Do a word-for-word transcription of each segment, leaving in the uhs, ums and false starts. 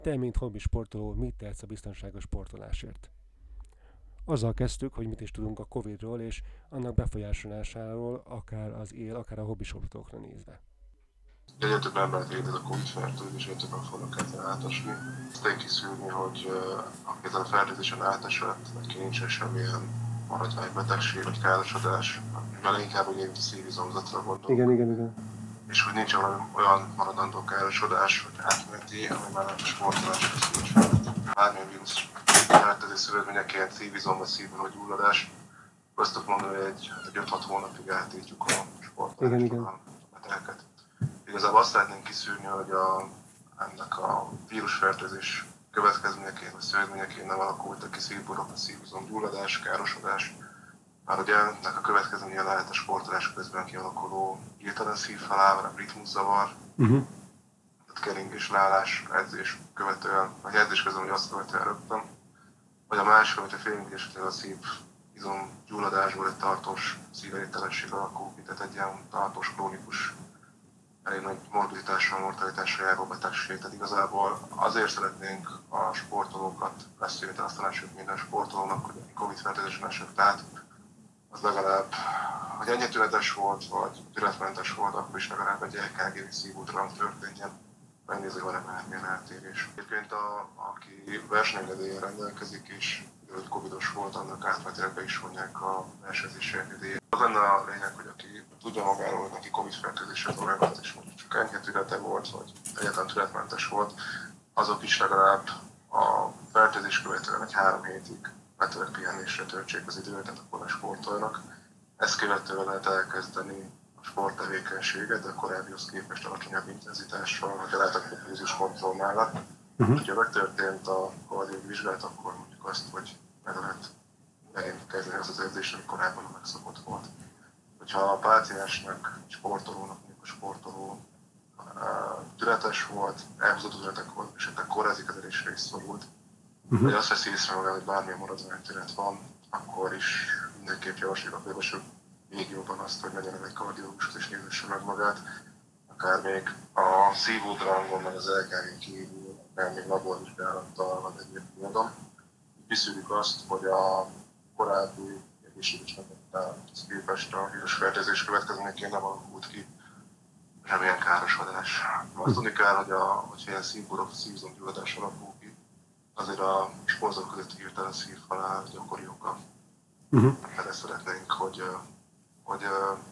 Te, mint hobbi sportoló, mit tehetsz a biztonságos sportolásért? Azzal kezdtük, hogy mit is tudunk a Covidról és annak befolyásolásáról, akár az él, akár a hobbi sportolókra nézve. Egyre több embert érted a Covid fertőzés, egyre többen fognak kezdeni átesni. Azt kell kiszűrni, hogy uh, aki ezen a fertőzésen átesett, neki nincsen semmilyen maradványbetegség vagy károsodás, vele inkább úgy a szívizomzatra gondolok. Igen, igen, igen. És hogy nincs olyan maradandó károsodás, vagy átmeneti, ami már a sportoláshoz nincs fel. Bármilyen vírus fertőzés szövődményeként szívizom vagy szívbőrgyulladás, azt tudok mondani, hogy egy, egy öt-hat hónapig átítjuk a sportolást, a betegeket. Igazából azt szeretnénk kiszűrni, hogy a, ennek a vírusfertőzés következményeként, vagy szövődményeként nem alakultak ki szívborok, a szívizomgyulladás, károsodás. Már ugye ennek a következménye lehet a sportolás közben kialakuló hirtelen szívfelállás, ritmuszavar, uh-huh. tehát keringés, leállás, edzés követően, vagy edzés közben, hogy azt követően rögtön. Vagy a másik, hogyha félünk, hogy esetleg a szívizomgyulladásból egy tartós szívelégtelenség alakul ki, tehát egy ilyen tartós, krónikus, elég nagy morbiditással, mortalitással járó betegség. Tehát igazából azért szeretnénk a sportolókat beszélni, azt tanácsoljuk minden sportolónak, hogy a Covid-fertőzésen esett át, az legalább, hogy ennyi tünetes volt, vagy tünetmentes volt, akkor is legalább egy é ká gé szívútrang történjen, megnézni, hogy van-e bármilyen eltérés. Egyébként a, aki versenyengedélyen rendelkezik, és hogy covidos volt, annak átmenetileg be is vonják a versenyzési engedélyét. Az lenne a lényeg, hogy aki tudja magáról, hogy neki Covid-fertőzése dolgozott, és mondjuk csak enyhe tünete volt, vagy egyáltalán tünetmentes volt, azok is legalább a fertőzés követően egy három hétig betőleg pihenésre töltsék az időt, tehát akkor a sportolnak. Ezt követően lehet elkezdeni a sporttevékenységet, de a korábbihoz képest alacsonyabb intenzitással, hogyha lehet a pulzus kontroll mellett. Uh-huh. Ha megtörtént a kardiológiai vizsgálat, akkor mondjuk azt, hogy meg lehet megint kezdeni az az edzés, ami korábban megszokott volt. Hogyha a páciensnek, sportolónak, mondjuk a sportoló uh, tünetes volt, elhúzott tünetek volt, és esetleg kórházikezelésre is szorult, uh-huh. vagy azt veszi észre magát, hogy bármilyen maradványtünet van, akkor is mindenképp javasoljuk a főveső régióban azt, hogy menjen el egy kardiológushoz és nézesse meg magát. Akár még a szívódrangon, meg az é ká gén kívül, akár még laborvizsgálattal, vagy egyéb módon. Kiszűrjük azt, hogy a korábbi egészséges napottához képest a vírusfertőzés következményeként nem alakult ki semmilyen károsodás. Azt tudni kell, hogy a, hogyha ilyen szívborok, szívizomgyulladás alakul ki, azért a sportolók között hirtelen szívhalál gyakori oka. Uh-huh. Erre szeretnénk, hogy, hogy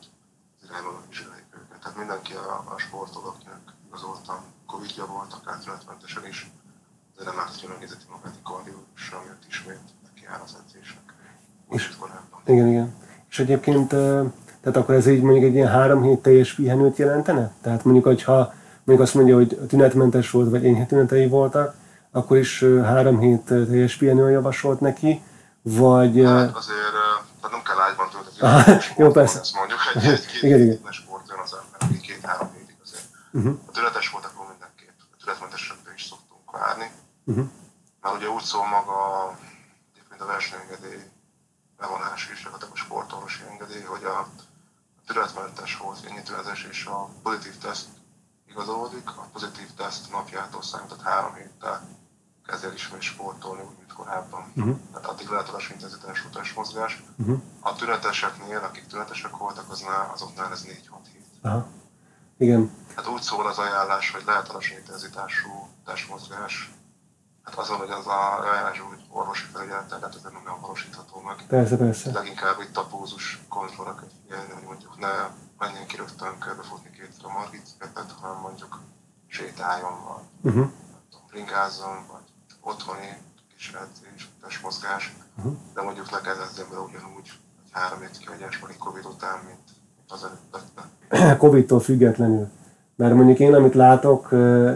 az irányban vizsgáljuk őket. Tehát mindenki a, a sportolóknak igazoltan Covid-ja volt, akár tünetmentesen is, de nem árt, hogy megnézeti magát a kardiológussal, miatt ismét neki áll az edzésnek. És, igen, igen. És egyébként, tehát akkor ez így mondjuk egy ilyen három hét teljes pihenőt jelentene? Tehát mondjuk, hogyha mondjuk azt mondja, hogy tünetmentes volt, vagy enyhe tünetei voltak, akkor is három hét teljes pihenőn javasolt neki, vagy... Hát azért, tehát nem kell ágyban tölteni, jó, persze. Ezt mondjuk, egy, egy két hétben sportoljon az ember, két-három hétig azért. Uh-huh. A tünetes volt, akkor mindenképp. A tünetmentesekre is szoktunk várni. Uh-huh. Mert ugye úgy szól maga, mint a versenyengedély bevonás is, a sportolósi engedély, hogy a, a tünetmentes volt, ennyi tünetes, és a pozitív teszt igazolódik, a pozitív teszt napjától számított három héttel kezdj el ismét sportolni, úgy, mint korábban. Uh-huh. Tehát addig lehet a lassú intenzitás utasmozgás. Uh-huh. A tüneteseknél, akik tünetesek voltak, aznál, azoknál ez négy-hat hét. Aha. Igen. Hát úgy szól az ajánlás, hogy lehet a lassú intenzitású testmozgás. Hát azon, hogy az a ajánlás úgy orvosi felügyelettel, tehát ez nem valósítható meg. Persze, persze. Leginkább itt a pózus kontrollra kell figyelni, hogy mondjuk ne menjen ki rögtön körbefutni kétszer a margitszeket, hanem mondjuk sétáljon, vagy uh-huh. ringázzon, vagy otthoni kis edzés, testmozgás, uh-huh. de mondjuk ne kezdjen bele ugyanúgy, hogy három hét kihagyás van egy Covid után, mint az előtt. Covid-tól függetlenül. Mert mondjuk én, amit látok,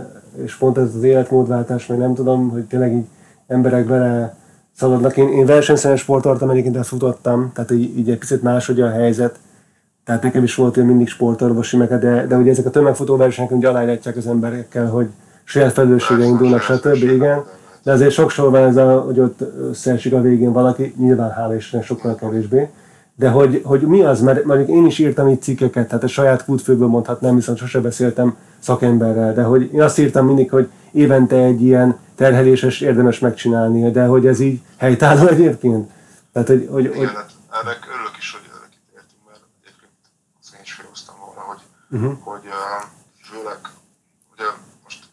és pont ez az életmódváltás, meg nem tudom, hogy tényleg így emberek bele szaladnak. Én, én versenyszerűen sportoltam, egyébként ezt futottam, tehát így, így egy picit máshogy a helyzet. Tehát nekem is volt olyan mindig sportorvosi, meg, de, de ugye ezek a tömegfutó versenyek ugye aláírják az emberekkel, hogy saját felelőssége indulnak, stb. Igen. De azért sokszor van ez, a, hogy ott összeesik a végén valaki, nyilván hála Istennek sokkal kevésbé. De hogy, hogy mi az, mert mondjuk én is írtam így cikkeket, tehát a saját kútfőből mondhatnám, viszont sose beszéltem szakemberrel, de hogy én azt írtam mindig, hogy évente egy ilyen terheléses érdemes megcsinálni, de hogy ez így helytálló egyébként? Tehát, hogy, hogy, Igen, hogy... hát ennek örülök is, hogy erre kitértünk, mert egyébként azt én is felhoztam volna, hogy, Uh-huh. hogy uh, főleg, ugye most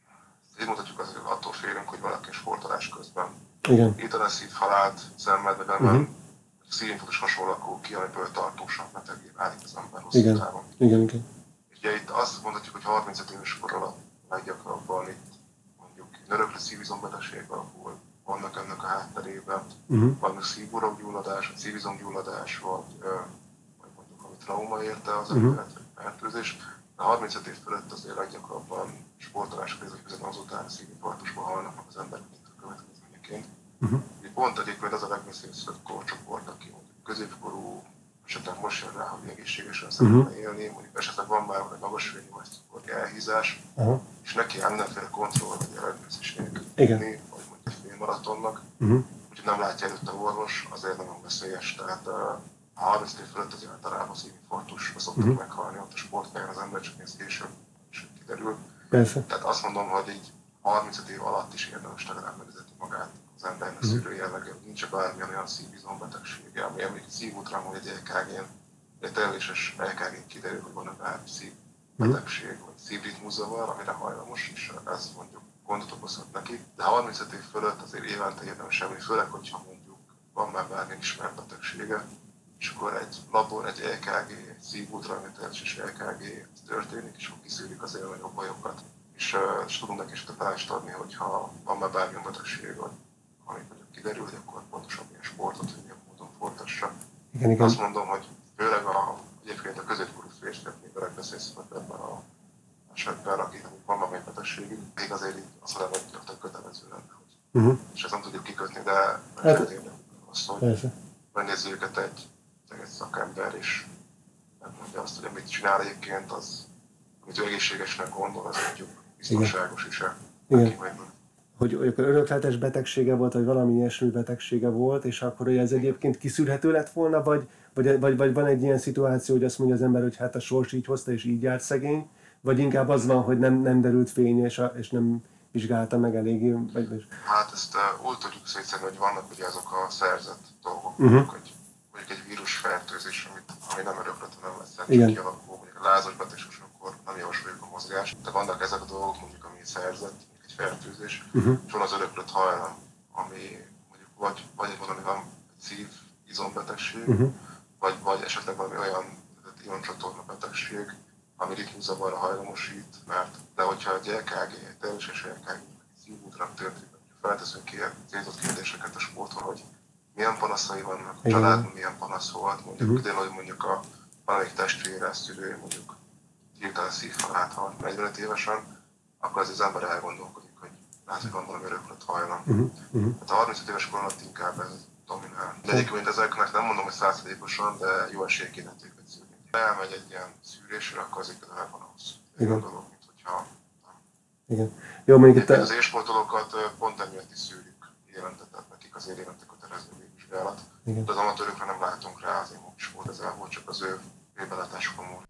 így mutatjuk azért, hogy attól félünk, hogy valaki sportolás közben Igen. ételen szívhalált szenved, vagy benne Uh-huh. szívinfarktus hasonló alakul ki, amiből tartósan betegé válik az ember hosszú Igen. távon. Igen, igen. Ugye itt azt mondhatjuk, hogy harmincöt éves kor alatt leggyakrabban itt mondjuk nöröklő szívizombetegség alakul, vannak ennek a hátterében, Uh-huh. vannak szívurokgyulladás, vagy szívizomgyulladás, vagy, vagy mondjuk ami trauma érte az Uh-huh. embert, vagy fertőzés. De harmincöt év fölött azért leggyakrabban sportolás közben azután szívinfarktusba halnak az emberek, mint a következményeként. Uh-huh. Pont egyébként az a legveszélyesebb korcsoport, aki mondjuk középkorú, esetleg most jön rá, hogy egészségesen szeretne Uh-huh. élni, mondjuk esetleg van már egy magas vérnyomáscukor elhízás, Aha. és neki áll mindenféle kontroll vagy ellenőrzés nélkül Igen. tudni, vagy mondjuk egy fél maratonnak, Uh-huh. úgyhogy nem látja előtt a orvos, azért nagyon veszélyes. Tehát a harminc év fölött az általában szívinfarktusba szoktak Uh-huh. meghalni ott a sportpályán az ember, csak ez később is kiderül. Persze. Tehát azt mondom, hogy így harmincöt év alatt is érdemes legalább megvezeti magát az embernek Mhm. szűrő jellege, nincs bármilyen olyan szívizombetegsége, ami emlék szívútram, vagy egy é ká gén, egy terméses é ká gén kiderül, hogy van bármi szívbetegség, vagy szívritmuszavar, amire hajlamos, és ez mondjuk gondot okozhat neki. De harmincöt év fölött azért évente érdemes semmi, főleg, hogyha mondjuk van már bármilyen ismert betegsége, és akkor egy labor, egy é ká gé, egy szívútram, egy terméses é ká gé történik, és akkor kiszűrik az élményobb bajokat. És, uh, és tudunk neki is tanácsot adni, hogyha van már bármilyen betegség, ami mondjuk kiderül, hogy akkor pontosabb ilyen sportot, hogy milyen módon folytassa. Igen, igen. Azt mondom, hogy főleg a, egyébként a középkorú férfiak még legbeszélszebb ebben a esetben, akik van valamilyen betegségük, még azért így azt lenne, hogy gyakorlatilag kötelező lenne, hogy Uh-huh. és ezt nem tudjuk kikötni, de Hát- azért azt, hogy Persze. megnézi őket egy, egy szakember, és megmondja azt, hogy amit csinál egyébként, az, amit ő egészségesnek gondol, az mondjuk biztonságos is-e. Igen. Neki meg- Hogy hogy akkor örökletes betegsége volt, vagy valami ilyesmi betegsége volt, és akkor hogy ez egyébként kiszűrhető lett volna, vagy, vagy, vagy, vagy van egy ilyen szituáció, hogy azt mondja az ember, hogy hát a sors így hozta, és így járt szegény, vagy inkább az van, hogy nem, nem derült fény, és, a, és nem vizsgálta meg eléggé, vagy, vagy... Hát ezt uh, úgy tudjuk szétszedni, hogy vannak ugye azok a szerzett dolgok, Uh-huh. mondjuk, egy, mondjuk egy vírusfertőzés, amit, ami nem örökletes, nem lesz csak Igen. kialakul, mondjuk a lázas betegség, akkor nem javasoljuk a mozgást. De vannak ezek a dolgok, mondjuk ami szerzett, mondjuk egy fertőzés, Uh-huh. és van az öröklött hajlam, ami mondjuk vagy, vagy egy valami van egy szív, izombetegség, Uh-huh. vagy, vagy esetleg valami olyan ioncsatorna betegség, ami ritmuszavarra hajlamosít, mert de hogyha egy é ká gé, egy természetes é ká gé, egy szívútram történik, felteszünk ki célzott kérdéseket a sporton, hogy milyen panaszai vannak, a Igen. családban milyen panasz volt, mondjuk Mhm. uh-huh. hogy mondjuk a valamelyik testvére, szülő, mondjuk hirtelen szívhalált halt negyvenöt évesen, akkor az az ember elgondolkodik, hogy lehet, hogy van valami öröklött hajlam. Uh-huh. Uh-huh. Hát a harmincöt éves kor alatt inkább ez dominál. De egyébként ezeknek nem mondom, hogy százszerzékosan, de jó esély kéne őket szűrni. Ha elmegy egy ilyen szűrésre, akkor azért közel van ahhoz. Igen. Dolog, mint hogyha Igen. Jó, mondjuk itt... egyébként A... az élsportolókat ö, pont emiatt is szűrjük évente, tehát nekik azért évente kötelező végvizsgálat. Igen. De az amatőrökre nem látunk rá, azért is volt ez el, volt csak az ő belátásukon múlt.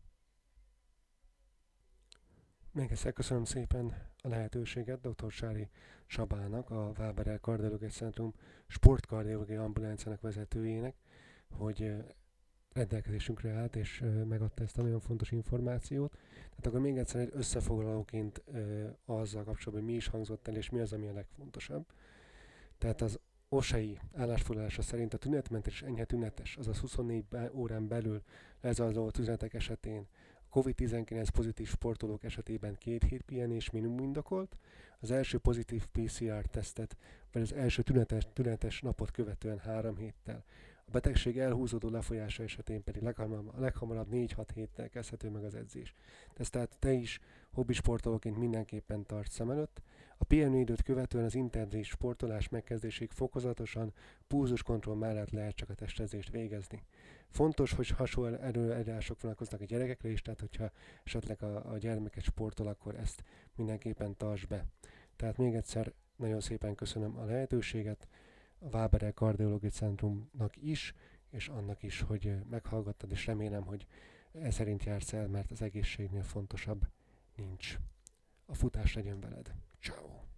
Még egyszer köszönöm szépen a lehetőséget dr. Sári Sabának, a Váberel Kardiológiai Centrum sportkardiológiai ambulanciának vezetőjének, hogy eh, rendelkezésünkre állt és eh, megadta ezt a nagyon fontos információt. Tehát akkor még egyszer egy összefoglalóként eh, azzal kapcsolatban, hogy mi is hangzott el és mi az, ami a legfontosabb. Tehát az o es e i állásfoglalása szerint a tünetmentes és enyhe tünetes, azaz huszonnégy órán belül lezajló tünetek esetén kovid tizenkilenc pozitív sportolók esetében két hét pihenés minimum indokolt, az első pozitív pé cé er tesztet, vagy az első tünetes, tünetes napot követően három héttel. A betegség elhúzódó lefolyása esetén pedig leghamarabb, leghamarabb négy-hat héttel kezdhető meg az edzés. Ezt tehát te is hobbisportolóként mindenképpen tarts szem előtt. A pihenőidőt követően az intenzív sportolás megkezdésig fokozatosan, pulzuskontroll mellett lehet csak a testedzést végezni. Fontos, hogy hasonló előírások vonatkoznak a gyerekekre is, tehát hogyha esetleg a, a gyermeket sportol, akkor ezt mindenképpen tarts be. Tehát még egyszer nagyon szépen köszönöm a lehetőséget a Váberel Kardiológiai Centrumnak is, és annak is, hogy meghallgattad, és remélem, hogy ez szerint jársz el, mert az egészségnél fontosabb nincs. A futás legyen veled. Ciao.